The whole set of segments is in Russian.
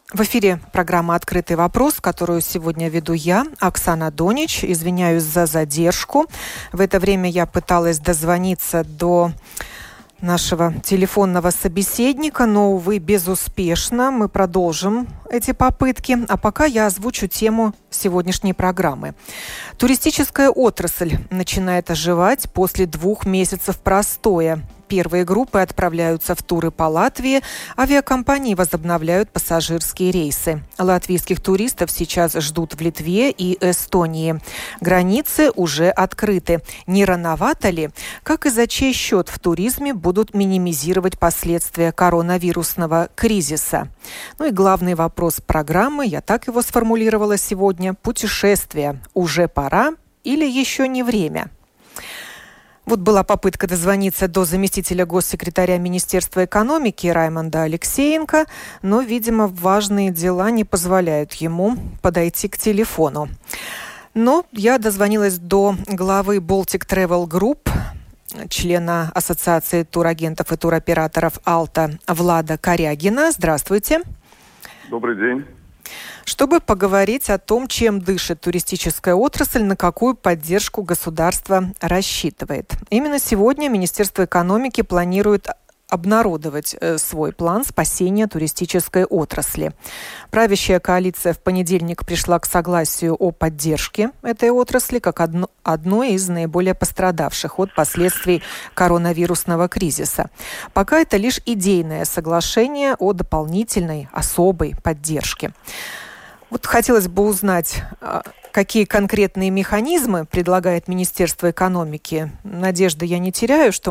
В эфире программа «Открытый вопрос», которую сегодня веду я, Оксана Донич. Извиняюсь за задержку. В это время я пыталась дозвониться до нашего телефонного собеседника, но, увы, безуспешно. Мы продолжим эти попытки. А пока я озвучу тему сегодняшней программы. Туристическая отрасль начинает оживать после 2 месяцев простоя. Первые группы отправляются в туры по Латвии, авиакомпании возобновляют пассажирские рейсы. Латвийских туристов сейчас ждут в Литве и Эстонии. Границы уже открыты. Не рановато ли? Как и за чей счет в туризме будут минимизировать последствия коронавирусного кризиса? Ну и главный вопрос программы, я так его сформулировала сегодня: путешествия уже пора или еще не время? Вот была попытка дозвониться до заместителя госсекретаря Министерства экономики Раймонда Алексеенко, но, видимо, важные дела не позволяют ему подойти к телефону. Но я дозвонилась до главы Baltic Travel Group, члена Ассоциации турагентов и туроператоров «Алта» Влада Корягина. Здравствуйте. Добрый день. Чтобы поговорить о том, чем дышит туристическая отрасль, на какую поддержку государство рассчитывает. Именно сегодня Министерство экономики планирует обнародовать свой план спасения туристической отрасли. Правящая коалиция в понедельник пришла к согласию о поддержке этой отрасли как одной из наиболее пострадавших от последствий коронавирусного кризиса. Пока это лишь идейное соглашение о дополнительной особой поддержке. Вот хотелось бы узнать, какие конкретные механизмы предлагает Министерство экономики. Надежды я не теряю, что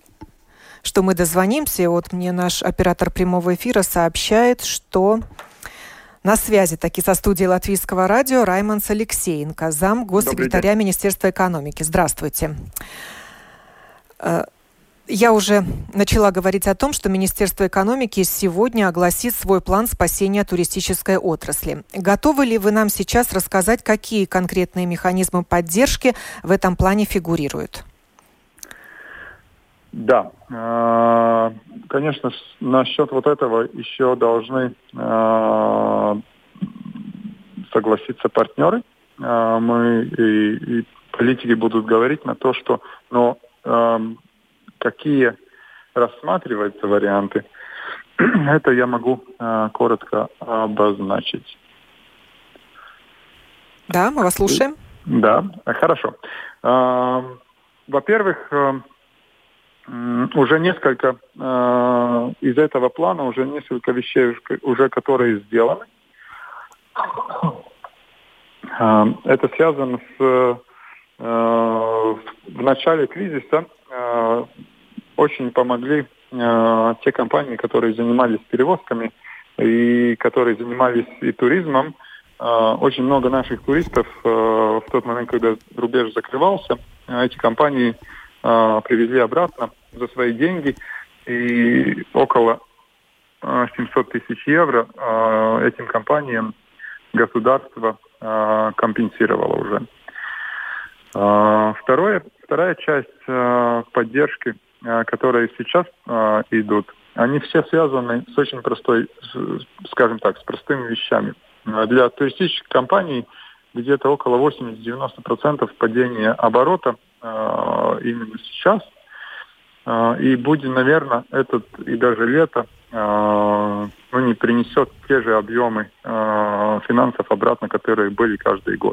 мы дозвонимся. Вот мне наш оператор прямого эфира сообщает, что на связи таки со студией Латвийского радио Раймондс Алексеенко, зам госсекретаря Министерства экономики. Здравствуйте. Я уже начала говорить о том, что Министерство экономики сегодня огласит свой план спасения туристической отрасли. Готовы ли вы нам сейчас рассказать, какие конкретные механизмы поддержки в этом плане фигурируют? Да, конечно, насчет вот этого еще должны согласиться партнеры. Мы и политики будут говорить на то, что... Какие рассматриваются варианты, это я могу коротко обозначить. Да, мы вас слушаем. Да, хорошо. Во-первых, уже несколько из этого плана, уже несколько вещей, уже которые сделаны. Это связано с... В начале кризиса очень помогли те компании, которые занимались перевозками и которые занимались и туризмом. Очень много наших туристов в тот момент, когда рубеж закрывался, эти компании привезли обратно за свои деньги, и около 700 тысяч евро этим компаниям государство компенсировало уже. Вторая часть поддержки, которые сейчас идут, они все связаны с очень простой, скажем так, с простыми вещами. Для туристических компаний где-то около 80-90% падения оборота именно сейчас. И будет, наверное, этот и даже лето не принесет те же объемы финансов обратно, которые были каждый год.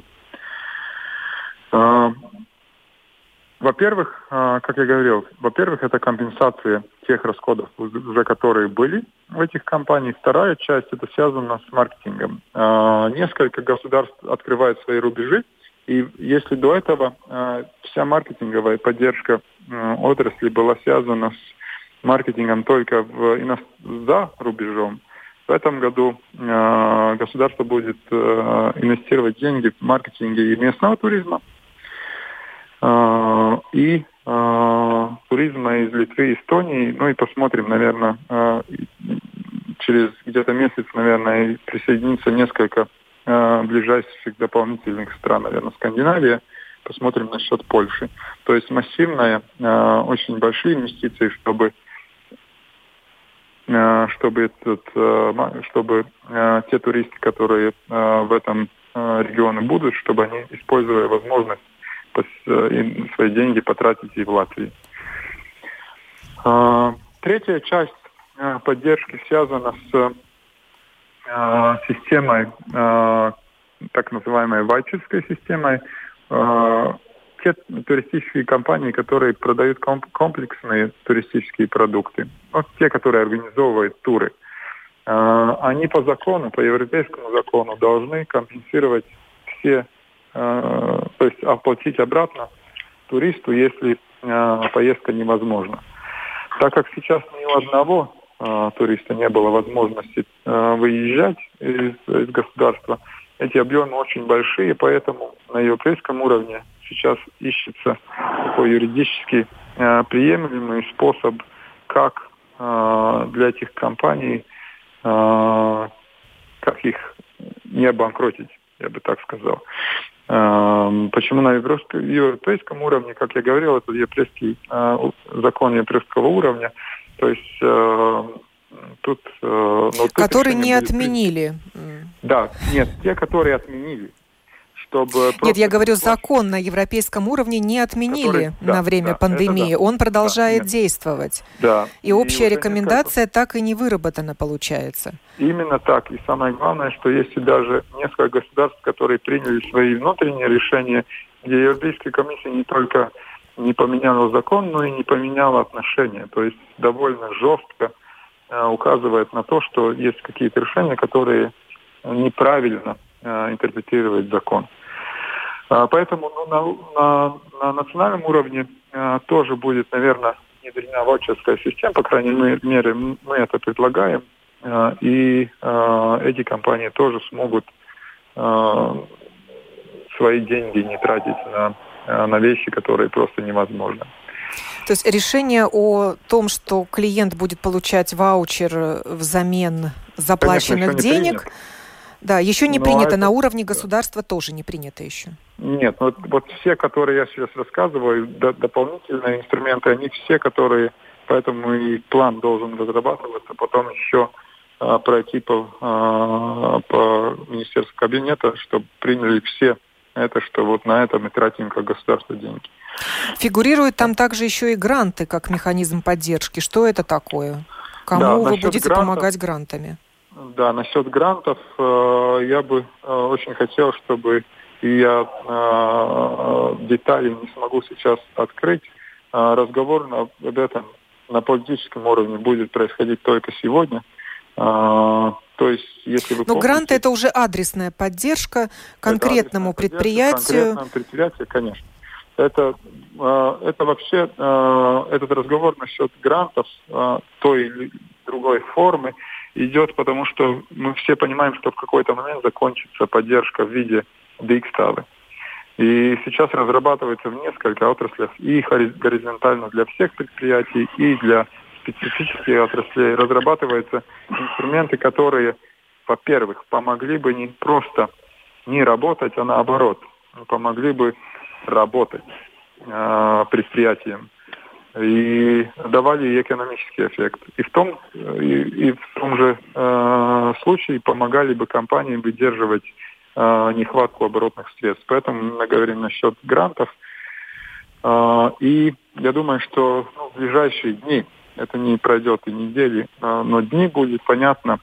Во-первых, как я говорил, это компенсация тех расходов, уже которые были в этих компаниях. Вторая часть, это связано с маркетингом. Несколько государств открывают свои рубежи, и если до этого вся маркетинговая поддержка отрасли была связана с маркетингом только за рубежом, в этом году государство будет инвестировать деньги в маркетинг и местного туризма, и туризма из Литвы и Эстонии. Ну и посмотрим, наверное, через где-то месяц, наверное, присоединится несколько ближайших дополнительных стран, наверное, Скандинавия. Посмотрим насчет Польши. То есть массивные, очень большие инвестиции, чтобы чтобы те туристы, которые в этом регионе будут, чтобы они использовали возможность свои деньги потратить и в Латвии. Третья часть поддержки связана с системой, так называемой ваучерской системой. Те туристические компании, которые продают комплексные туристические продукты, те, которые организовывают туры, они по закону, по европейскому закону должны компенсировать все, то есть оплатить обратно туристу, если поездка невозможна. Так как сейчас ни у одного туриста не было возможности выезжать из государства, эти объемы очень большие, поэтому на европейском уровне сейчас ищется такой юридически приемлемый способ, как для этих компаний, как их не обанкротить, я бы так сказал. Почему на европейском уровне, как я говорил, это европейский закон европейского уровня, то есть тут которые не отменили. Да, нет, те, которые отменили. Нет, я говорю, закон на европейском уровне не отменили на время пандемии. Он продолжает действовать. Да. И общая рекомендация так и не выработана, получается. Именно так. И самое главное, что есть даже несколько государств, которые приняли свои внутренние решения, где Европейская комиссия не только не поменяла закон, но и не поменяла отношения. То есть довольно жестко указывает на то, что есть какие-то решения, которые неправильно интерпретировать закон. Поэтому на национальном уровне тоже будет, наверное, внедрена ваучерская система, по крайней мере, мы это предлагаем, и эти компании тоже смогут свои деньги не тратить на вещи, которые просто невозможны. То есть решение о том, что клиент будет получать ваучер взамен заплаченных денег... Принято. Да, еще не принято, на уровне государства тоже не принято еще. Нет, вот все, которые я сейчас рассказываю, дополнительные инструменты, они все, которые, поэтому и план должен разрабатываться, потом еще пройти по министерству кабинета, чтобы приняли все это, что вот на это мы тратим как государство деньги. Фигурируют там также еще и гранты как механизм поддержки. Что это такое? Кому вы будете помогать грантами? Да, насчет грантов я бы очень хотел, чтобы я детали не смогу сейчас открыть. Разговор об этом на политическом уровне будет происходить только сегодня. То есть, если вы помните, гранты – это уже адресная поддержка конкретному предприятию. Конкретному предприятию, конечно. Это вообще этот разговор насчет грантов той или другой формы идет, потому что мы все понимаем, что в какой-то момент закончится поддержка в виде дигсталы. И сейчас разрабатывается в несколько отраслях, и горизонтально для всех предприятий, и для специфических отраслей разрабатываются инструменты, которые, во-первых, помогли бы не просто не работать, а наоборот, помогли бы работать предприятиям и давали экономический эффект. И в том же случае помогали бы компаниям выдерживать нехватку оборотных средств. Поэтому мы говорим насчет грантов. И я думаю, что в ближайшие дни, это не пройдет и недели, но дни будет понятно,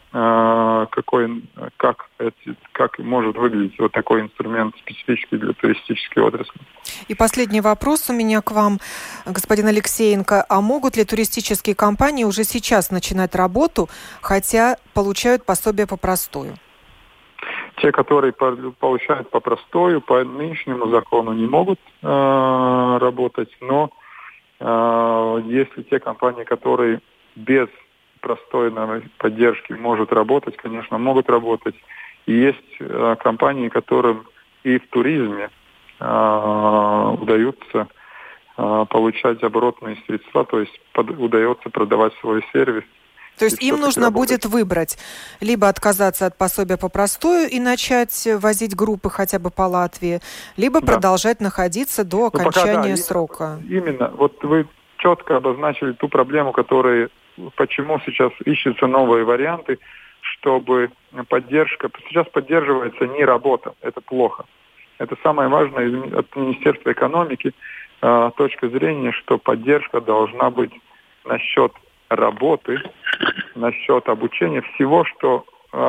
как может выглядеть вот такой инструмент специфический для туристической отрасли. И последний вопрос у меня к вам, господин Алексеенко. А могут ли туристические компании уже сейчас начинать работу, хотя получают пособие по простою? Те, которые получают по простою, по нынешнему закону не могут работать, но если те компании, которые без простойной поддержки могут работать, конечно, могут работать. И есть компании, которым и в туризме удается получать оборотные средства, то есть удается продавать свой сервис. То есть им нужно будет выбрать, либо отказаться от пособия по простою и начать возить группы хотя бы по Латвии, либо продолжать находиться до окончания срока. Именно. Вот вы четко обозначили ту проблему, которая почему сейчас ищутся новые варианты, чтобы поддержка... Сейчас поддерживается не работа, это плохо. Это самое важное от Министерства экономики точка зрения, что поддержка должна быть насчет работы, насчет обучения, всего, что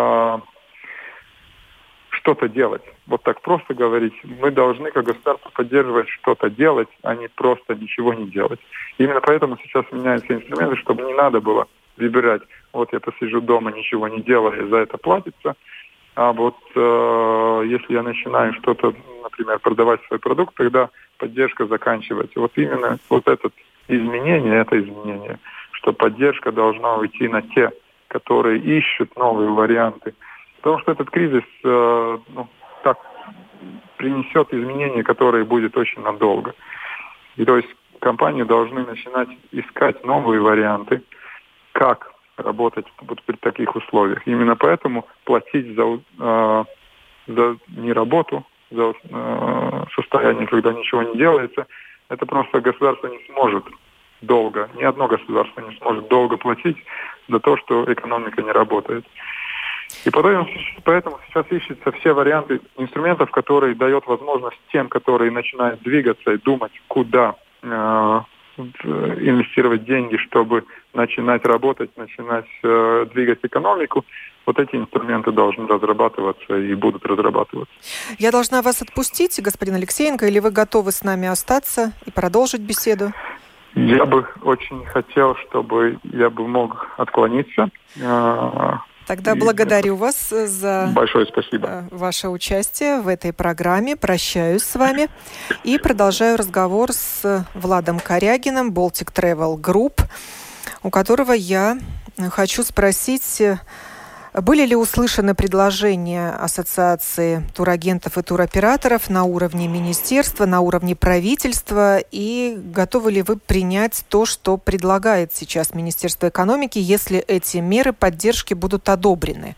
что-то делать. Вот так просто говорить. Мы должны, как государство, поддерживать что-то делать, а не просто ничего не делать. Именно поэтому сейчас меняются инструменты, чтобы не надо было выбирать. Вот я посижу дома, ничего не делая, за это платится. А вот если я начинаю что-то, например, продавать свой продукт, тогда поддержка заканчивается. Вот именно вот это изменение, что поддержка должна уйти на те, которые ищут новые варианты. Потому что этот кризис так принесет изменения, которые будут очень надолго. И то есть компании должны начинать искать новые варианты, как работать вот при таких условиях. Именно поэтому платить за неработу, за состояние, когда ничего не делается, это просто государство не сможет долго, ни одно государство не сможет долго платить за то, что экономика не работает. И поэтому сейчас ищутся все варианты инструментов, которые дают возможность тем, которые начинают двигаться и думать, куда инвестировать деньги, чтобы начинать работать, начинать двигать экономику. Вот эти инструменты должны разрабатываться и будут разрабатываться. Я должна вас отпустить, господин Алексеенко, или вы готовы с нами остаться и продолжить беседу? Я бы очень хотел, чтобы я бы мог отклониться. Тогда благодарю вас за большое спасибо. Ваше участие в этой программе. Прощаюсь с вами и продолжаю разговор с Владом Корягиным, Baltic Travel Group, у которого я хочу спросить, были ли услышаны предложения Ассоциации турагентов и туроператоров на уровне министерства, на уровне правительства, и готовы ли вы принять то, что предлагает сейчас Министерство экономики, если эти меры поддержки будут одобрены?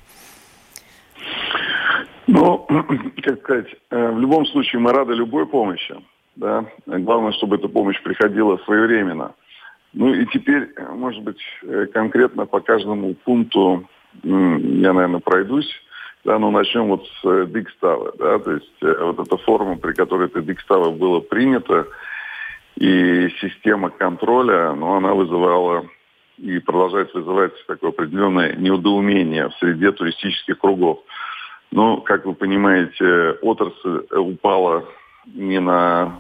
Ну, как сказать, в любом случае мы рады любой помощи. Да? Главное, чтобы эта помощь приходила своевременно. Ну и теперь, может быть, конкретно по каждому пункту я, наверное, пройдусь. Да, но начнем вот с Дигставы. Да, то есть вот эта форма, при которой это Дигстава было принято, и система контроля, она вызывала и продолжает вызывать такое определенное недоумение в среде туристических кругов. Но, как вы понимаете, отрасль упала не на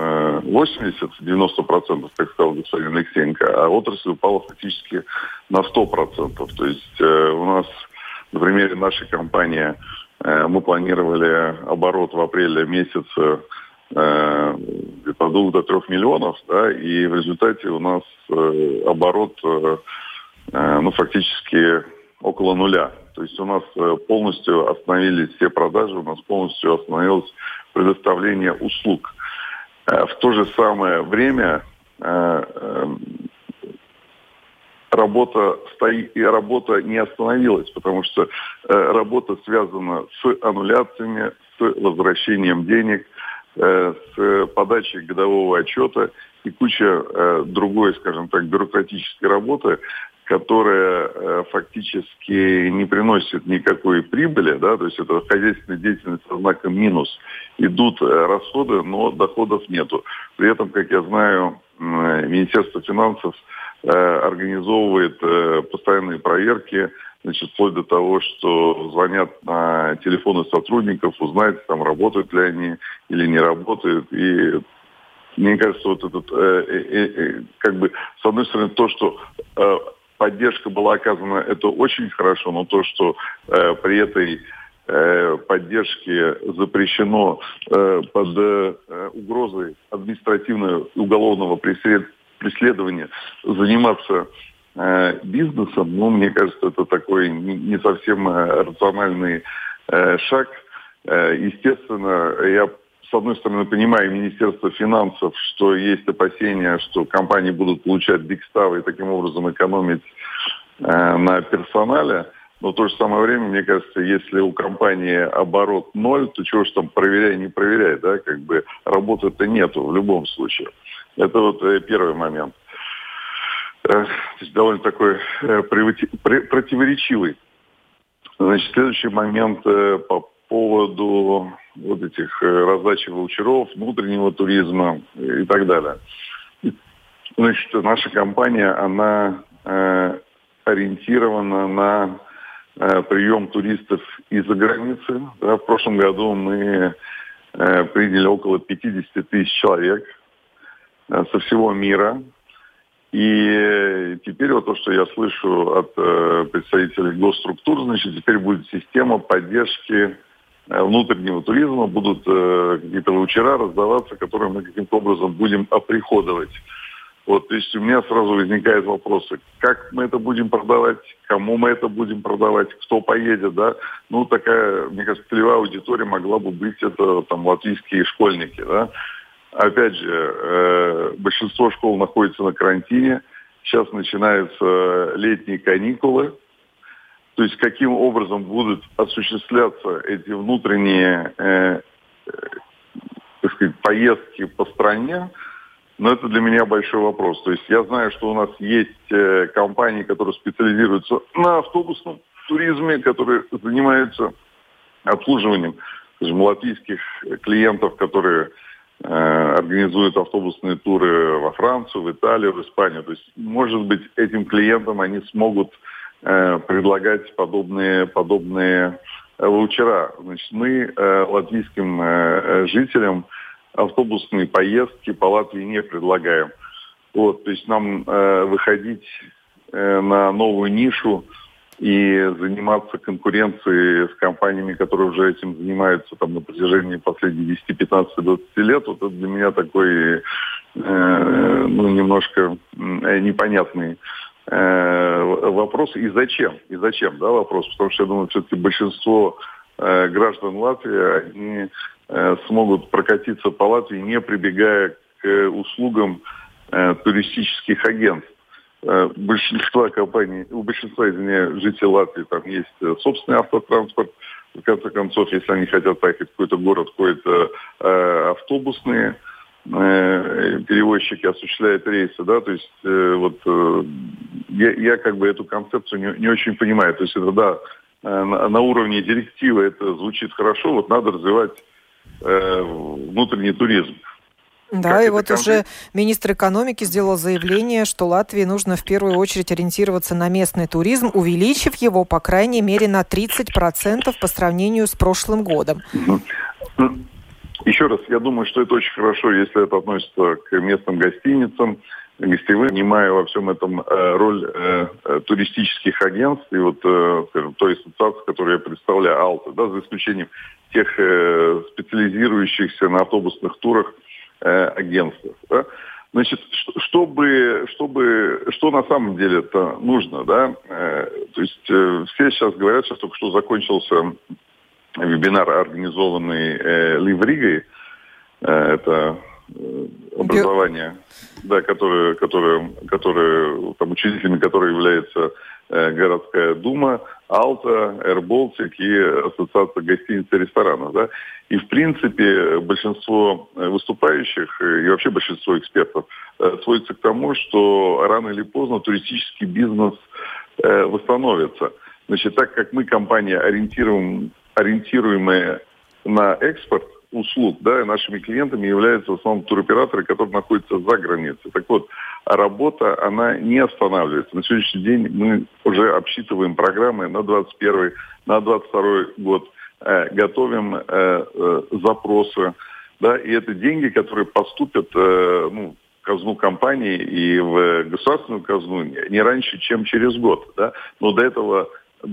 80-90%, как сказал господин Алексеенко, а отрасль упала фактически на 100%. То есть у нас, на примере нашей компании, мы планировали оборот в апреле месяце где-то 2 до 3 миллионов, да, и в результате у нас оборот фактически около нуля. То есть у нас полностью остановились все продажи, у нас полностью остановилось предоставление услуг. В то же самое время работа стоит, и работа не остановилась, потому что работа связана с аннуляциями, с возвращением денег, с подачей годового отчета и куча другой, скажем так, бюрократической работы, которая фактически не приносит никакой прибыли, да, то есть это хозяйственная деятельность со знаком минус. Идут расходы, но доходов нету. При этом, как я знаю, Министерство финансов организовывает постоянные проверки, значит, вплоть до того, что звонят на телефоны сотрудников, узнать, там работают ли они или не работают. И мне кажется, вот этот, как бы, с одной стороны, то, что поддержка была оказана, это очень хорошо, но то, что при этой поддержке запрещено под угрозой административного и уголовного преследования заниматься бизнесом, мне кажется, это такой не совсем рациональный шаг. Естественно, я с одной стороны понимаю Министерство финансов, что есть опасения, что компании будут получать дигставы и таким образом экономить на персонале. Но в то же самое время, мне кажется, если у компании оборот 0, то чего ж там проверяй, не проверяй, да, как бы работы-то нету в любом случае. Это вот первый момент. довольно такой противоречивый. Значит, следующий момент по поводу вот этих раздачи ваучеров, внутреннего туризма и так далее. Значит, наша компания, она ориентирована на прием туристов из-за границы. Да, в прошлом году мы приняли около 50 тысяч человек со всего мира. И теперь вот то, что я слышу от представителей госструктур, значит, теперь будет система поддержки внутреннего туризма, будут какие-то ваучера раздаваться, которые мы каким-то образом будем оприходовать. Вот, то есть у меня сразу возникают вопросы, как мы это будем продавать, кому мы это будем продавать, кто поедет, да. Ну, такая, мне кажется, целевая аудитория могла бы быть это там латвийские школьники, да. Опять же, большинство школ находится на карантине, сейчас начинаются летние каникулы. То есть каким образом будут осуществляться эти внутренние так сказать, поездки по стране, но это для меня большой вопрос. То есть я знаю, что у нас есть компании, которые специализируются на автобусном туризме, которые занимаются обслуживанием, скажем, латвийских клиентов, которые организуют автобусные туры во Францию, в Италию, в Испанию. То есть, может быть, этим клиентам они смогут предлагать подобные ваучера. Значит, мы латвийским жителям автобусные поездки по Латвии не предлагаем. Вот, то есть нам выходить на новую нишу и заниматься конкуренцией с компаниями, которые уже этим занимаются там, на протяжении последних 10, 15, 20 лет, вот это для меня такой немножко непонятный вопрос. И зачем? Да, вопрос. Потому что я думаю, все-таки большинство граждан Латвии, они смогут прокатиться по Латвии, не прибегая к услугам туристических агентств. У большинства жителей Латвии там есть собственный автотранспорт. В конце концов, если они хотят поехать в какой-то город, какой-то автобусные перевозчики осуществляют рейсы, да, то есть я как бы эту концепцию не очень понимаю. То есть это, да, на уровне директивы это звучит хорошо, вот надо развивать внутренний туризм. Да, и вот уже министр экономики сделал заявление, что Латвии нужно в первую очередь ориентироваться на местный туризм, увеличив его, по крайней мере, на 30% по сравнению с прошлым годом. Еще раз, я думаю, что это очень хорошо, если это относится к местным гостиницам, гостевым, понимая во всем этом роль туристических агентств и вот, скажем, той ассоциации, которую я представляю, Алта, да, за исключением тех специализирующихся на автобусных турах агентств. Да? Значит, что на самом деле это нужно, да? То есть все сейчас говорят, что только что закончился вебинар, организованный Ливригой, это образование, да, которое там учредителями которой является городская дума, Алта, AirBaltic и Ассоциация гостиниц и ресторанов, да. И в принципе большинство выступающих и вообще большинство экспертов сводится к тому, что рано или поздно туристический бизнес восстановится. Значит, так как мы компания ориентируемая на экспорт услуг, да, и нашими клиентами являются в основном туроператоры, которые находятся за границей. Так вот, работа, она не останавливается. На сегодняшний день мы уже обсчитываем программы на 2021, на 2022 год, готовим запросы, да, и это деньги, которые поступят в казну компании и в государственную казну не раньше, чем через год, да, но до этого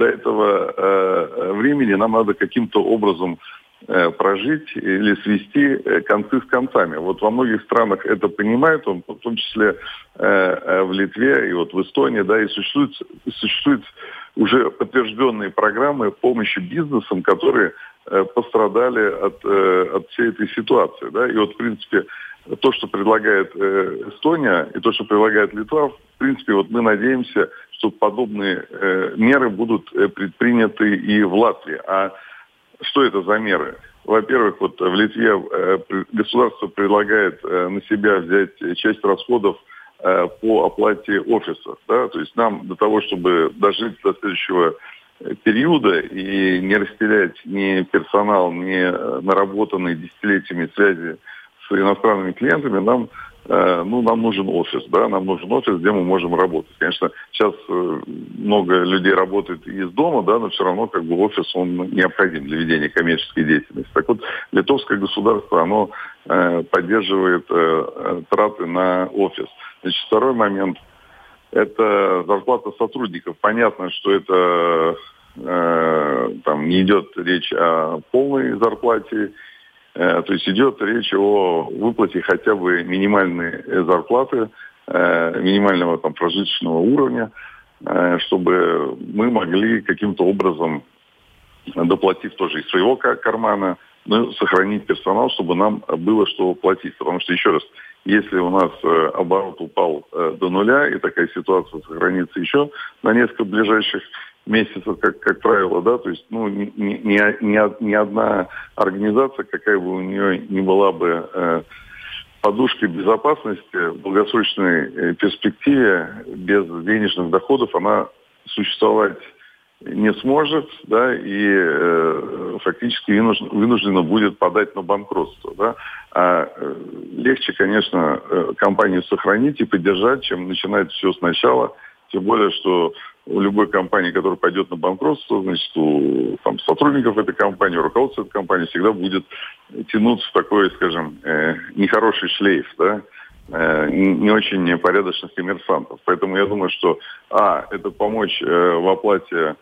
времени нам надо каким-то образом прожить или свести концы с концами. Вот во многих странах это понимают, в том числе в Литве и вот в Эстонии, да, и существуют уже подтвержденные программы помощи бизнесам, которые пострадали от всей этой ситуации, да, и вот в принципе то, что предлагает Эстония и то, что предлагает Литва, в принципе, вот мы надеемся, что подобные меры будут предприняты и в Латвии. А что это за меры? Во-первых, вот в Литве государство предлагает на себя взять часть расходов по оплате офиса. Да? То есть нам для того, чтобы дожить до следующего периода и не растерять ни персонал, ни наработанные десятилетиями связи с иностранными клиентами, нам нужен офис, да, нам нужен офис, где мы можем работать. Конечно, сейчас много людей работает из дома, да, но все равно как бы офис, он необходим для ведения коммерческой деятельности. Так вот, литовское государство, оно поддерживает траты на офис. Значит, второй момент – это зарплата сотрудников. Понятно, что это там не идет речь о полной зарплате, то есть идет речь о выплате хотя бы минимальной зарплаты, минимального там прожиточного уровня, чтобы мы могли каким-то образом, доплатив тоже из своего кармана, сохранить персонал, чтобы нам было что платить. Потому что, еще раз, если у нас оборот упал до нуля, и такая ситуация сохранится еще на несколько ближайших месяцев, как правило, да, то есть, ни одна организация, какая бы у нее ни была бы подушка безопасности в долгосрочной перспективе, без денежных доходов она существовать не сможет, да, и фактически вынуждена будет подать на банкротство, да. Легче, конечно, компанию сохранить и поддержать, чем начинать все сначала. Тем более, что у любой компании, которая пойдет на банкротство, значит, у сотрудников этой компании, у руководства этой компании всегда будет тянуться такой, скажем, нехороший шлейф, да, не очень порядочных коммерсантов. Поэтому я думаю, что это помочь в оплате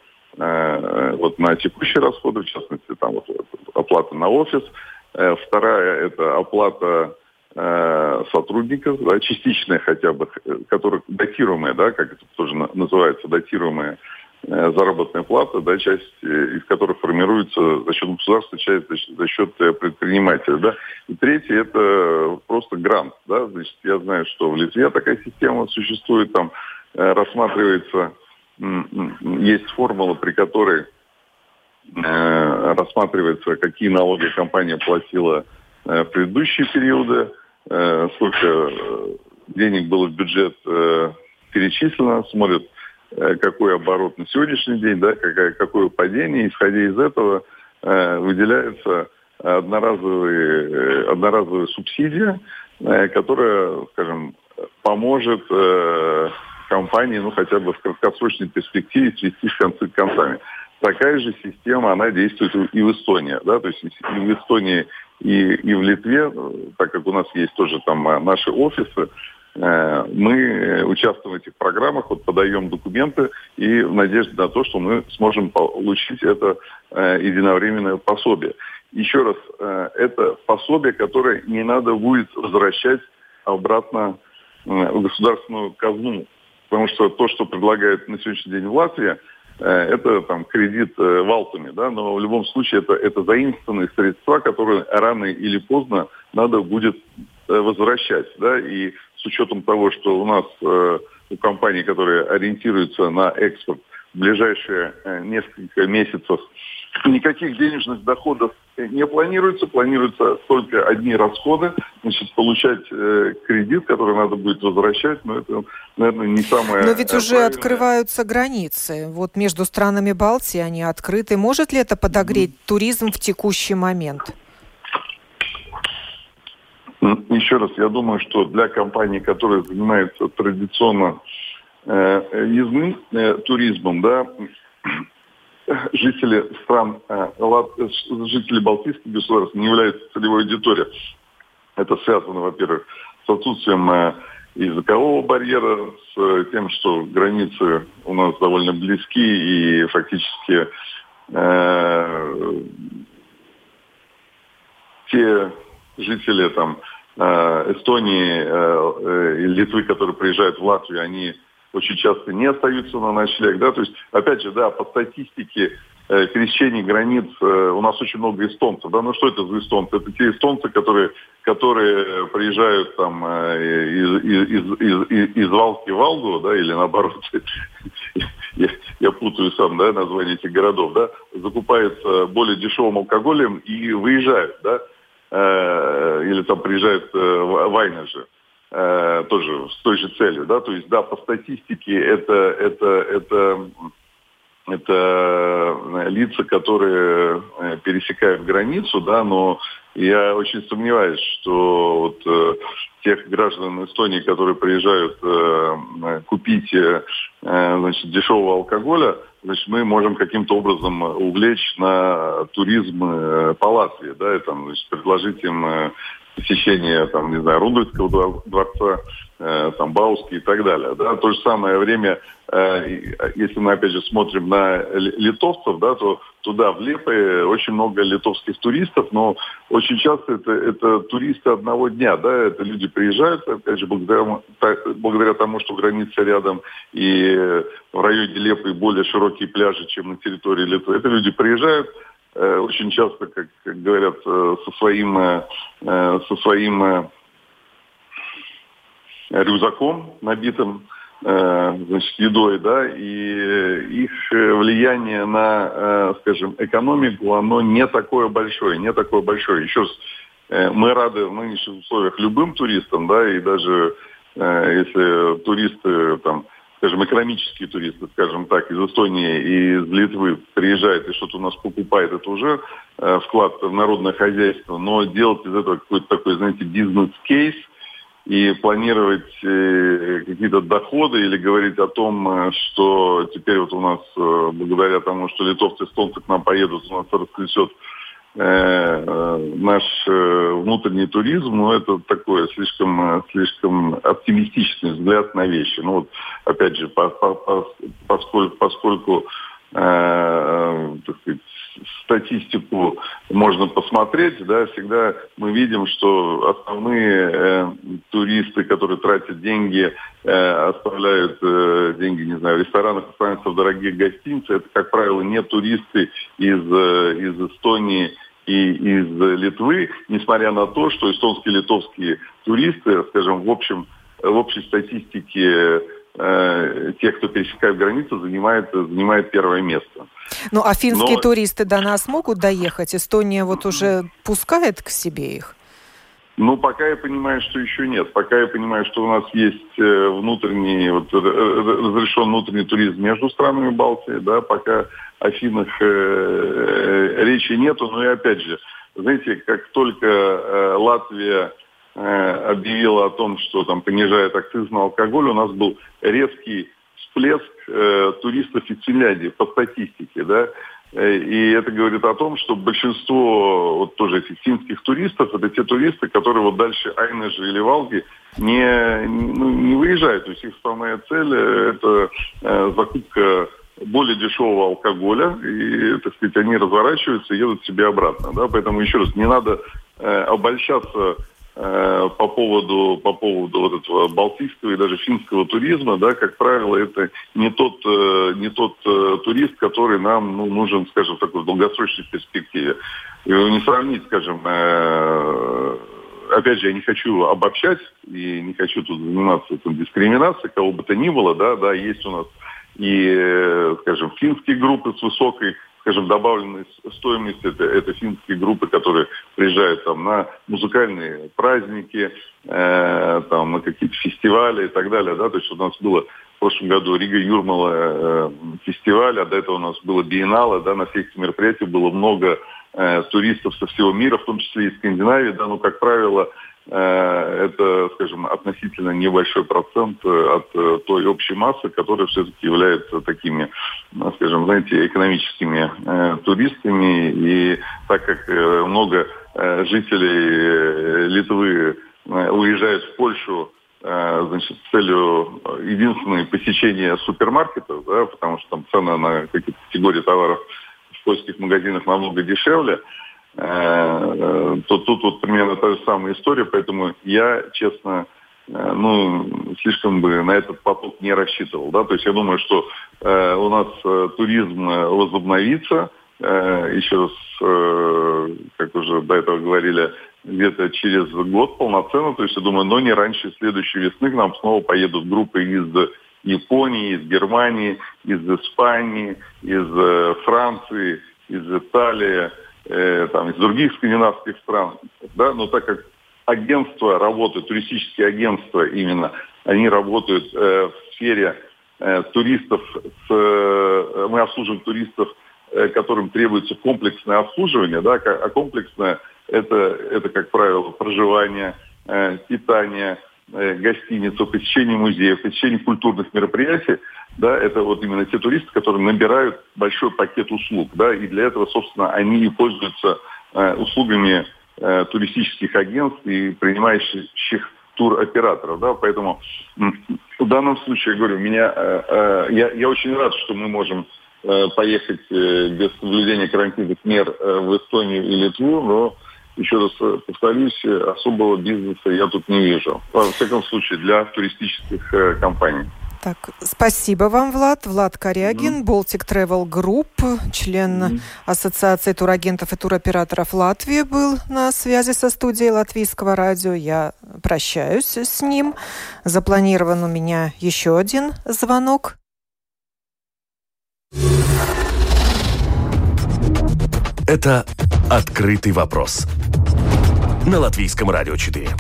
на текущие расходы, в частности, оплата на офис. Вторая – это оплата сотрудников, да, частичная хотя бы, которая датируемая, да, как это тоже называется, датируемая заработная плата, да, часть из которых формируется за счет государства, часть за счет предпринимателя, да. И третье – это просто грант, да, значит, я знаю, что в Литве такая система существует, там рассматривается, есть формула, при которой рассматривается, какие налоги компания платила в предыдущие периоды, сколько денег было в бюджет перечислено, смотрят, какой оборот на сегодняшний день, да, какое падение. Исходя из этого выделяется одноразовая субсидия, которая, скажем, поможет компании, хотя бы в краткосрочной перспективе свести концы с концами. Такая же система, она действует и в Эстонии, да, то есть и в Эстонии, и в Литве, так как у нас есть тоже там наши офисы, мы участвуем в этих программах, подаем документы и в надежде на то, что мы сможем получить это единовременное пособие. Еще раз, это пособие, которое не надо будет возвращать обратно в государственную казну, потому что то, что предлагают на сегодняшний день в Латвии, это кредит валтами, да, но в любом случае это заимствованные средства, которые рано или поздно надо будет возвращать, да, и с учетом того, что у нас у компаний, которые ориентируются на экспорт, в ближайшие несколько месяцев никаких денежных доходов не планируется, планируются только одни расходы, значит, получать кредит, который надо будет возвращать, но это, наверное, не самое. Но ведь уже открываются границы, между странами Балтии они открыты. Может ли это подогреть туризм в текущий момент? Еще раз, я думаю, что для компаний, которые занимаются традиционно въездным туризмом, да, жители стран, жители Балтийских государств не являются целевой аудиторией. Это связано, во-первых, с отсутствием языкового барьера, с тем, что границы у нас довольно близки и фактически те жители Эстонии и Литвы, которые приезжают в Латвию, они очень часто не остаются на ночлег, да, то есть, опять же, да, по статистике пересечений границ у нас очень много эстонцев, да, что это за эстонцы? Это те эстонцы, которые приезжают из Валки в Валду, да, или наоборот, я путаю сам, да, название этих городов, да, закупаются более дешевым алкоголем и выезжают, да, или приезжают в Айнеже. тоже с той же целью, да, то есть, да, по статистике это лица, которые пересекают границу, да, но я очень сомневаюсь, что вот тех граждан Эстонии, которые приезжают купить, значит, дешевого алкоголя, значит, мы можем каким-то образом увлечь на туризм по Латвии, да, и там, значит, предложить им посещение, там, не знаю, Рундульского дворца, там, Бауски и так далее. Да. В то же самое время, если мы, опять же, смотрим на литовцев, да, то туда, в Лепое, очень много литовских туристов, но очень часто это туристы одного дня, да, это люди приезжают, опять же, благодаря тому, что граница рядом, и в районе Лепы более широкие пляжи, чем на территории Литвы. Это люди приезжают, очень часто, как говорят, со своим рюкзаком, набитым, значит, едой, да, и их влияние на, скажем, экономику, оно не такое большое. Еще раз, мы рады в нынешних условиях любым туристам, да, и даже если туристы, там, скажем, экономические туристы, скажем так, из Эстонии и из Литвы приезжают и что-то у нас покупают, это уже вклад в народное хозяйство, но делать из этого какой-то такой, знаете, бизнес-кейс и планировать какие-то доходы или говорить о том, что теперь вот у нас, благодаря тому, что литовцы, эстонцы к нам поедут, у нас расцветет наш внутренний туризм, но это такое слишком оптимистичный взгляд на вещи. Ну вот, опять же, поскольку так сказать, статистику можно посмотреть, да, всегда мы видим, что основные туристы, которые тратят деньги, оставляют деньги, не знаю, в ресторанах, останутся в дорогих гостиницах, это, как правило, не туристы из Эстонии и из Литвы, несмотря на то, что эстонские и литовские туристы, скажем, в общей статистике тех, кто пересекает границу, занимает первое место. Ну, а финские туристы до нас могут доехать? Эстония вот уже пускает к себе их? Ну, пока я понимаю, что еще нет. Пока я понимаю, что у нас есть внутренний, вот, разрешен внутренний туризм между странами Балтии, да, пока о Финах речи нету. Но и опять же, знаете, как только Латвия объявила о том, что там понижает акциз на алкоголь, у нас был резкий всплеск туристов из Финляндии по статистике, да, и это говорит о том, что большинство вот тоже этих финских туристов, это те туристы, которые вот дальше Айнежи или Валги не выезжают, то есть их основная цель это закупка более дешевого алкоголя, и, так сказать, они разворачиваются и едут себе обратно, да, поэтому еще раз, не надо обольщаться по поводу вот этого балтийского и даже финского туризма, да, как правило, это не тот турист, который нам нужен, скажем, в такой долгосрочной перспективе. Его не сравнить, скажем, опять же, я не хочу обобщать и не хочу тут заниматься дискриминацией, кого бы то ни было, да, есть у нас и, скажем, финские группы с высокой, скажем, добавленной стоимостью, это финские группы, которые приезжают там на музыкальные праздники, там на какие-то фестивали и так далее, да, то есть у нас было в прошлом году Рига-Юрмала фестиваль, а до этого у нас было биеннале, да, на всех этих мероприятиях было много туристов со всего мира, в том числе и из Скандинавии, да, но, как правило, это, скажем, относительно небольшой процент от той общей массы, которая все-таки является такими, скажем, знаете, экономическими туристами. И так как много жителей Литвы уезжают в Польшу, значит, с целью единственного посещения супермаркетов, да, потому что там цены на какие-то категории товаров в польских магазинах намного дешевле, то тут вот примерно та же самая история, поэтому я, честно, слишком бы на этот поток не рассчитывал, да, то есть я думаю, что у нас туризм возобновится, еще раз, как уже до этого говорили, где-то через год полноценно, то есть я думаю, но не раньше следующей весны к нам снова поедут группы из Японии, из Германии, из Испании, из Франции, из Италии, там, из других скандинавских стран, да, но так как агентства работают, туристические агентства именно, они работают в сфере туристов, мы обслуживаем туристов, которым требуется комплексное обслуживание, да, а комплексное это, как правило, проживание, питание, гостиница, посещение музеев, посещение культурных мероприятий, да, это вот именно те туристы, которые набирают большой пакет услуг, да, и для этого, собственно, они и пользуются услугами туристических агентств и принимающих туроператоров, да, поэтому в данном случае, я говорю, я очень рад, что мы можем поехать без соблюдения карантинных мер в Эстонию и Литву, но еще раз повторюсь, особого бизнеса я тут не вижу. Во всяком случае, для туристических компаний. Так, спасибо вам, Влад. Влад Корягин, Baltic Travel Group, член Ассоциации турагентов и туроператоров Латвии, был на связи со студией Латвийского радио. Я прощаюсь с ним. Запланирован у меня еще один звонок. Это «Открытый вопрос» на Латвийском радио 4.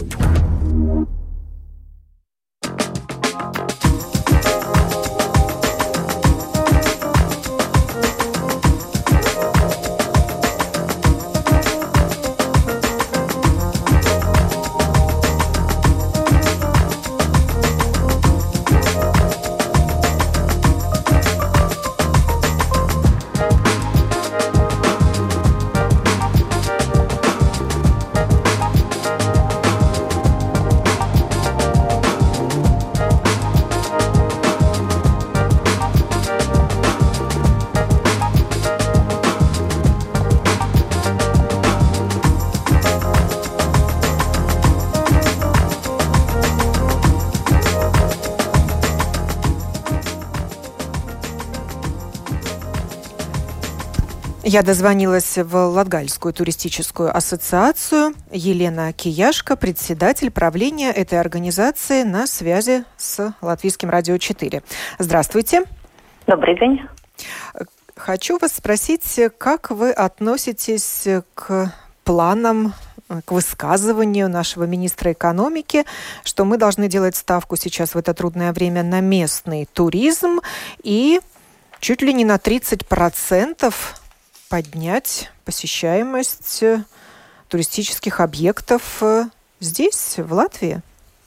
Я дозвонилась в Латгальскую туристическую ассоциацию. Елена Кияшко, председатель правления этой организации, на связи с Латвийским радио 4. Здравствуйте. Добрый день. Хочу вас спросить, как вы относитесь к планам, к высказыванию нашего министра экономики, что мы должны делать ставку сейчас в это трудное время на местный туризм и чуть ли не на 30% поднять посещаемость туристических объектов здесь, в Латвии?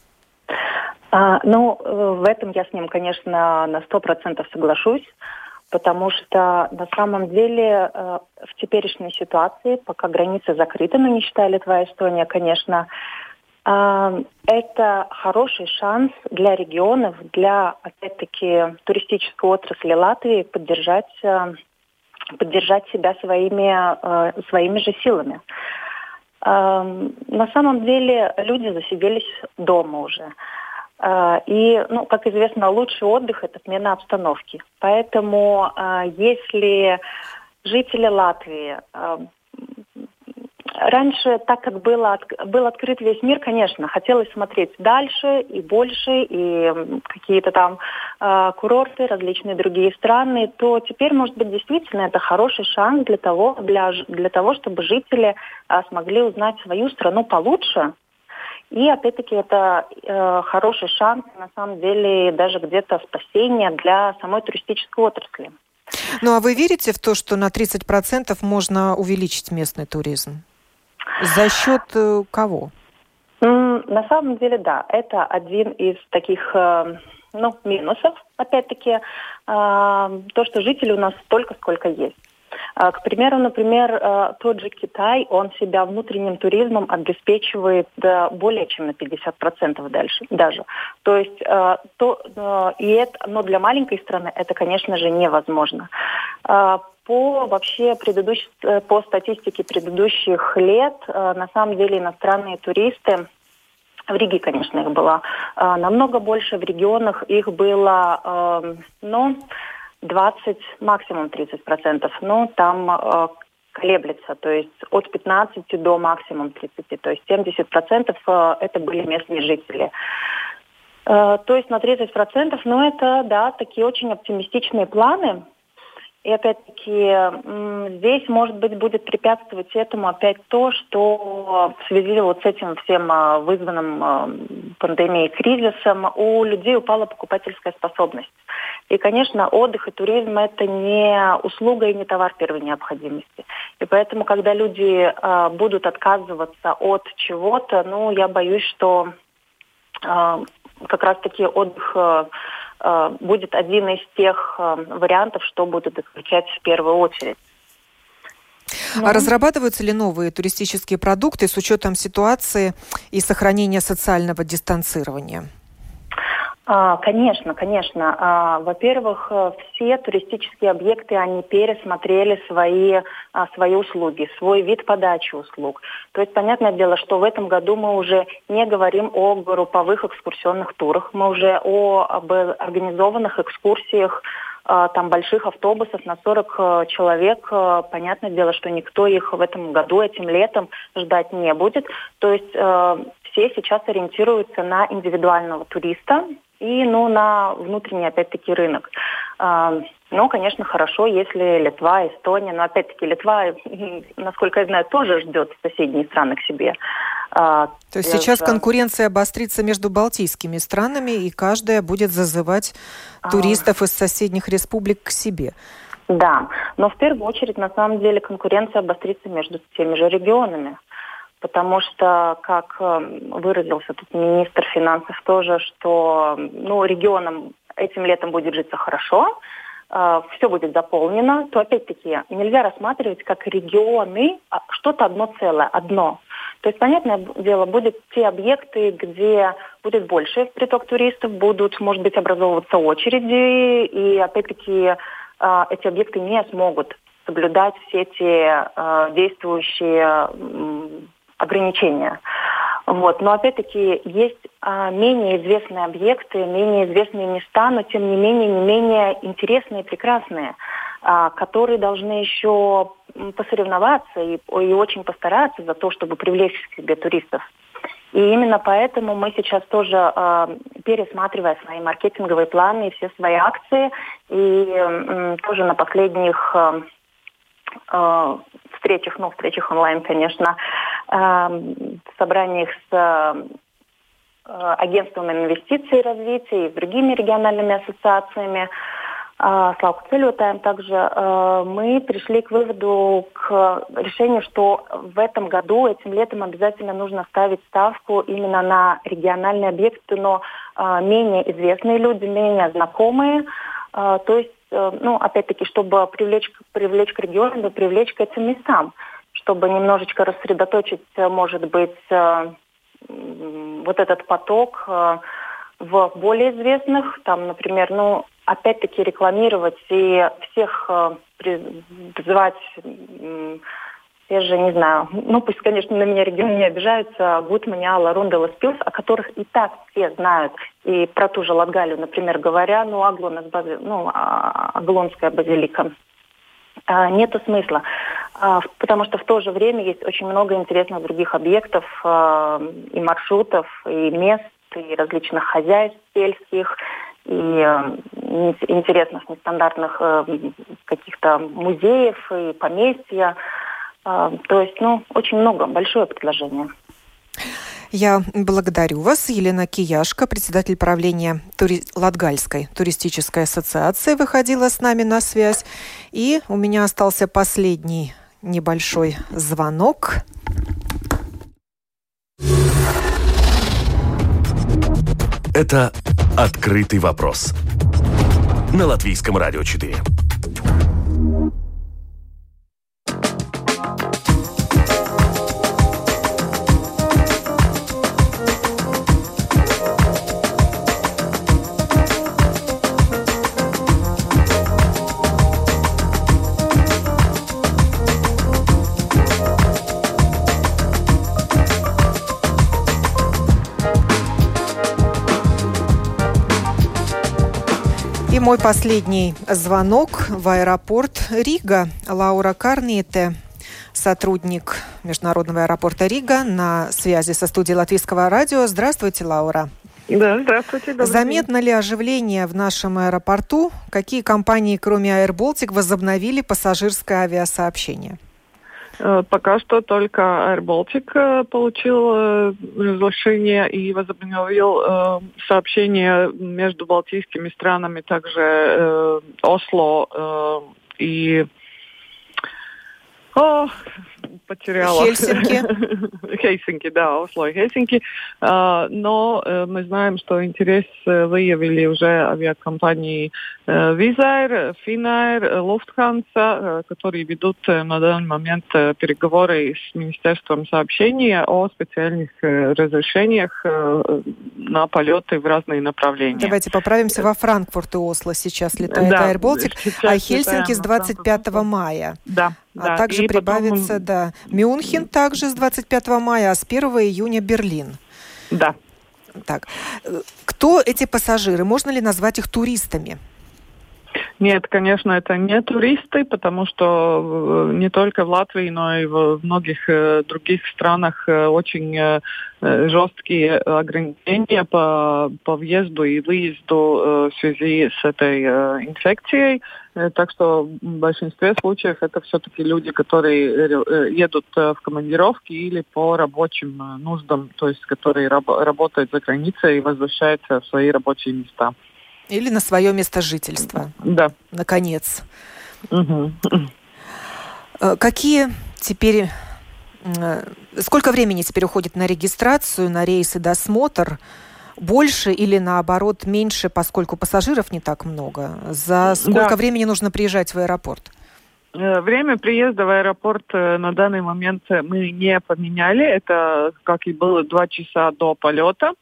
В этом я с ним, конечно, на 100% соглашусь, потому что на самом деле в теперешней ситуации, пока границы закрыты, но не считая Литва и Эстония, конечно, это хороший шанс для регионов, для, опять-таки, туристической отрасли Латвии поддержать себя своими же силами. На самом деле люди засиделись дома уже. И, как известно, лучший отдых – это смена обстановки. Поэтому если жители Латвии… Раньше, так как был открыт весь мир, конечно, хотелось смотреть дальше и больше, и какие-то там курорты, различные другие страны, то теперь, может быть, действительно это хороший шанс для того, чтобы жители смогли узнать свою страну получше. И, опять-таки, это хороший шанс, на самом деле, даже где-то спасения для самой туристической отрасли. Ну, а вы верите в то, что на 30% можно увеличить местный туризм? За счет кого? На самом деле, да. Это один из таких минусов, опять-таки, то, что жителей у нас столько, сколько есть. К примеру, например, тот же Китай, он себя внутренним туризмом обеспечивает более чем на 50% даже. То есть, но для маленькой страны это, конечно же, невозможно. По статистике предыдущих лет, на самом деле иностранные туристы, в Риге, конечно, их было намного больше, в регионах их было, 20, максимум 30%, но там колеблется, то есть от 15 до максимум 30, то есть 70% это были местные жители. То есть на 30%, это, да, такие очень оптимистичные планы. И опять-таки здесь, может быть, будет препятствовать этому опять то, что в связи вот с этим всем вызванным пандемией, кризисом, у людей упала покупательская способность. И, конечно, отдых и туризм – это не услуга и не товар первой необходимости. И поэтому, когда люди будут отказываться от чего-то, я боюсь, что как раз-таки отдых будет один из тех вариантов, что будут исключать в первую очередь. А разрабатываются ли новые туристические продукты с учетом ситуации и сохранения социального дистанцирования? Конечно. Во-первых, все туристические объекты, они пересмотрели свои услуги, свой вид подачи услуг. То есть, понятное дело, что в этом году мы уже не говорим о групповых экскурсионных турах, мы уже об организованных экскурсиях, там больших автобусов на 40 человек. Понятное дело, что никто их в этом году, этим летом ждать не будет. То есть все сейчас ориентируются на индивидуального туриста и на внутренний, опять-таки, рынок. Конечно, хорошо, если Литва, Эстония, но опять-таки Литва, насколько я знаю, тоже ждет соседние страны к себе. То есть сейчас конкуренция обострится между балтийскими странами, и каждая будет зазывать туристов из соседних республик к себе. Да, но в первую очередь, на самом деле, конкуренция обострится между теми же регионами. Потому что, как выразился тут министр финансов тоже, что регионам этим летом будет житься хорошо, все будет заполнено, то опять-таки нельзя рассматривать как регионы что-то одно целое, одно. То есть, понятное дело, будут те объекты, где будет больше приток туристов, будут, может быть, образовываться очереди, и опять-таки эти объекты не смогут соблюдать все эти действующие ограничения. Но опять-таки есть менее известные объекты, менее известные места, но тем не менее интересные и прекрасные, которые должны еще посоревноваться и очень постараться за то, чтобы привлечь к себе туристов. И именно поэтому мы сейчас тоже, пересматривая свои маркетинговые планы и все свои акции, и тоже на последних встречах онлайн, конечно, собраниях с агентством инвестиций и развития и с другими региональными ассоциациями, Славку Целютаем также, мы пришли к выводу, к решению, что в этом году, этим летом обязательно нужно ставить ставку именно на региональные объекты, но менее известные люди, менее знакомые, то есть, опять-таки, чтобы привлечь к регионам, привлечь к этим местам, чтобы немножечко рассредоточить, может быть, вот этот поток в более известных, там, например, опять-таки рекламировать и всех призывать, я же не знаю, пусть, конечно, на меня регионы не обижаются, Гутманя, Ларунда, Ласпилс, о которых и так все знают, и про ту же Латгалию, например, говоря, Аглонская базилика. Нету смысла, потому что в то же время есть очень много интересных других объектов и маршрутов, и мест, и различных хозяйств сельских, и интересных, нестандартных каких-то музеев и поместья. То есть, очень много, большое предложение. Я благодарю вас. Елена Кияшко, председатель правления Латгальской туристической ассоциации, выходила с нами на связь. И у меня остался последний небольшой звонок. Это «Открытый вопрос» на Латвийском радио 4. И мой последний звонок в аэропорт Рига. Лаура Карниете, сотрудник Международного аэропорта Рига, на связи со студией Латвийского радио. Здравствуйте, Лаура. Да, здравствуйте. Заметно ли оживление в нашем аэропорту? Какие компании, кроме Air Baltic, возобновили пассажирское авиасообщение? Пока что только Air Baltic получил разрешение и возобновил сообщение между балтийскими странами, также Осло и... потеряла. Хельсинки, да, Осло и Хельсинки. Но мы знаем, что интерес выявили уже авиакомпании Wizz Air, Finnair, Lufthansa, которые ведут на данный момент переговоры с Министерством сообщения о специальных разрешениях на полеты в разные направления. Давайте поправимся. Во Франкфурт и Осло сейчас летает Air Baltic, а Хельсинки с 25 мая. Да. А также и прибавится, Мюнхен также с 25 мая, а с 1 июня Берлин. Да. Так. Кто эти пассажиры? Можно ли назвать их туристами? Нет, конечно, это не туристы, потому что не только в Латвии, но и в многих других странах очень жесткие ограничения по въезду и выезду в связи с этой инфекцией. Так что в большинстве случаев это все-таки люди, которые едут в командировки или по рабочим нуждам, то есть которые работают за границей и возвращаются в свои рабочие места. Или на свое место жительства. Да. Наконец. Какие теперь... Сколько времени теперь уходит на регистрацию, на рейс и досмотр? Больше или, наоборот, меньше, поскольку пассажиров не так много? За сколько времени нужно приезжать в аэропорт? Время приезда в аэропорт на данный момент мы не поменяли. Это, как и было, 2 часа до полета.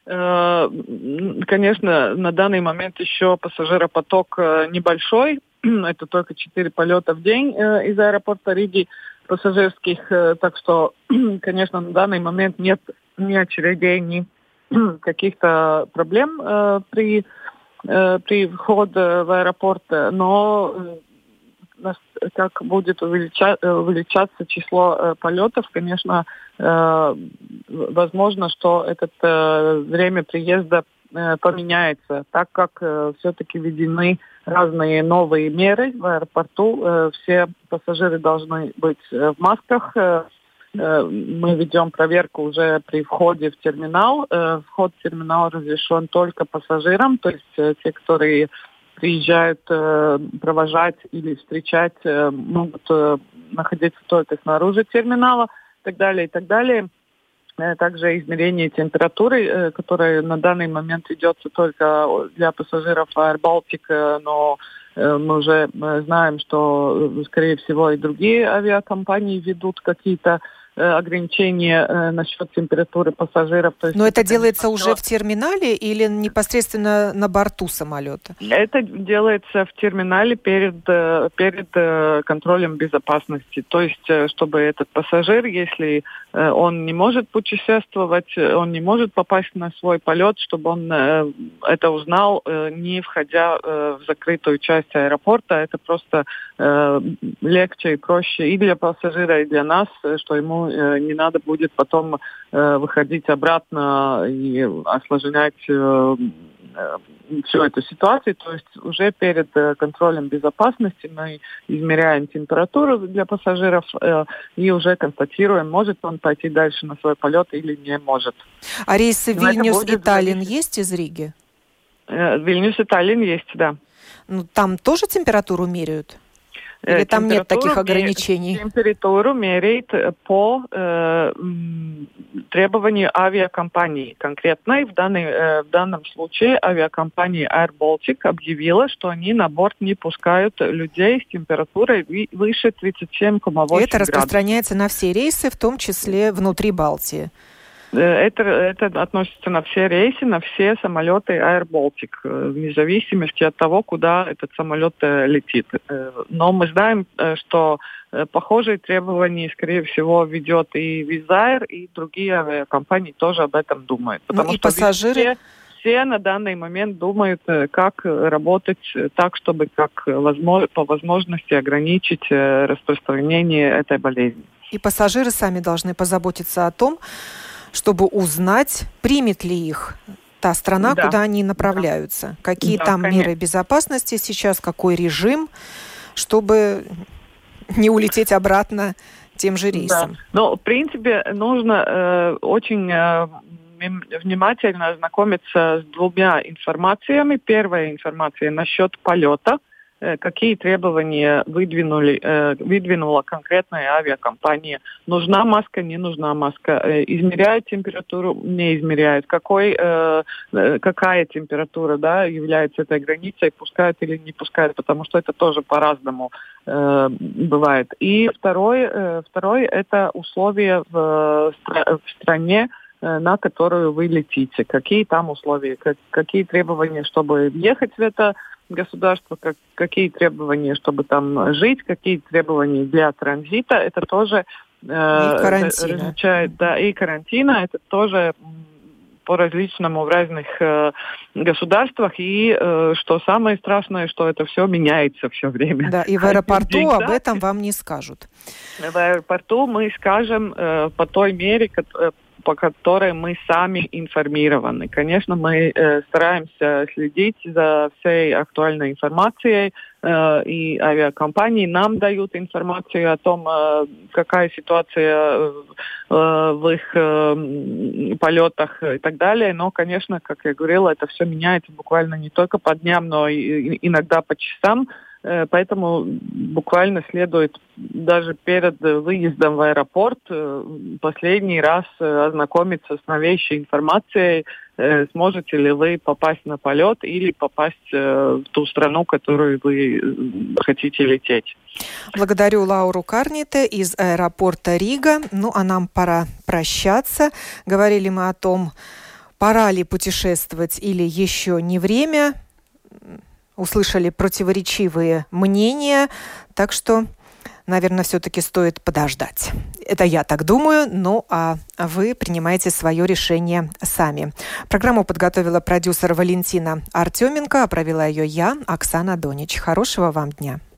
Конечно, на данный момент еще пассажиропоток небольшой. Это только 4 полета в день из аэропорта Риги пассажирских. Так что, конечно, на данный момент нет ни очередей, ни каких-то проблем при входе в аэропорт. Но как будет увеличаться число полетов, конечно, возможно, что это время приезда поменяется, так как все-таки введены разные новые меры в аэропорту. Все пассажиры должны быть в масках. Мы ведем проверку уже при входе в терминал. Вход в терминал разрешен только пассажирам, то есть те, которые приезжают провожать или встречать, могут находиться только снаружи терминала, и так далее, и так далее. Также измерение температуры, которое на данный момент ведется только для пассажиров Air Baltic, но мы уже знаем, что, скорее всего, и другие авиакомпании ведут какие-то ограничения насчет температуры пассажиров. То есть но это делается уже в терминале или непосредственно на борту самолета? Это делается в терминале перед контролем безопасности. То есть, чтобы этот пассажир, если он не может путешествовать, он не может попасть на свой полет, чтобы он это узнал, не входя в закрытую часть аэропорта. Это просто легче и проще и для пассажира, и для нас, что ему не надо будет потом выходить обратно и осложнять всю эту ситуацию. То есть уже перед контролем безопасности мы измеряем температуру для пассажиров и уже констатируем, может он пойти дальше на свой полет или не может. А рейсы Вильнюс и Таллин есть из Риги? Вильнюс и Таллин есть, да. Ну, там тоже температуру меряют? Или там нет таких ограничений? Температуру меряет по требованию авиакомпании. Конкретно в данном случае авиакомпания Air Baltic объявила, что они на борт не пускают людей с температурой выше 37,8 градусов. Это распространяется на все рейсы, в том числе внутри Балтии? Это относится на все рейсы, на все самолеты Air Baltic, вне зависимости от того, куда этот самолет летит. Но мы знаем, что похожие требования, скорее всего, ведет и Wizz Air, и другие авиакомпании тоже об этом думают. Потому что пассажиры... все на данный момент думают, как работать так, чтобы по возможности ограничить распространение этой болезни. И пассажиры сами должны позаботиться о том, чтобы узнать, примет ли их та страна, куда они направляются. Какие там меры безопасности сейчас, какой режим, чтобы не улететь обратно тем же рейсом. Ну, в принципе, нужно очень внимательно ознакомиться с двумя информациями. Первая информация насчет полета. Какие требования выдвинула конкретная авиакомпания. Нужна маска, не нужна маска. Измеряют температуру, не измеряют. Какая температура является этой границей, пускают или не пускают, потому что это тоже по-разному бывает. И второй это условия в стране, на которую вы летите. Какие там условия, какие требования, чтобы ехать в это государство, какие требования, чтобы там жить, какие требования для транзита. Это тоже различает, и карантина. Это тоже по-различному в разных государствах. И что самое страшное, что это все меняется все время. Да, и в аэропорту об этом вам не скажут. В аэропорту мы скажем по той мере, по которой мы сами информированы. Конечно, мы стараемся следить за всей актуальной информацией, и авиакомпании нам дают информацию о том, какая ситуация в их полетах и так далее. Но, конечно, как я говорила, это все меняется буквально не только по дням, но и иногда по часам. Поэтому буквально следует даже перед выездом в аэропорт последний раз ознакомиться с новейшей информацией, сможете ли вы попасть на полет или попасть в ту страну, в которую вы хотите лететь. Благодарю Лауру Карните из аэропорта Рига. Ну, а нам пора прощаться. Говорили мы о том, пора ли путешествовать или еще не время. Услышали противоречивые мнения, так что, наверное, все-таки стоит подождать. Это я так думаю, ну а вы принимаете свое решение сами. Программу подготовила продюсер Валентина Артеменко, а провела ее я, Оксана Донич. Хорошего вам дня.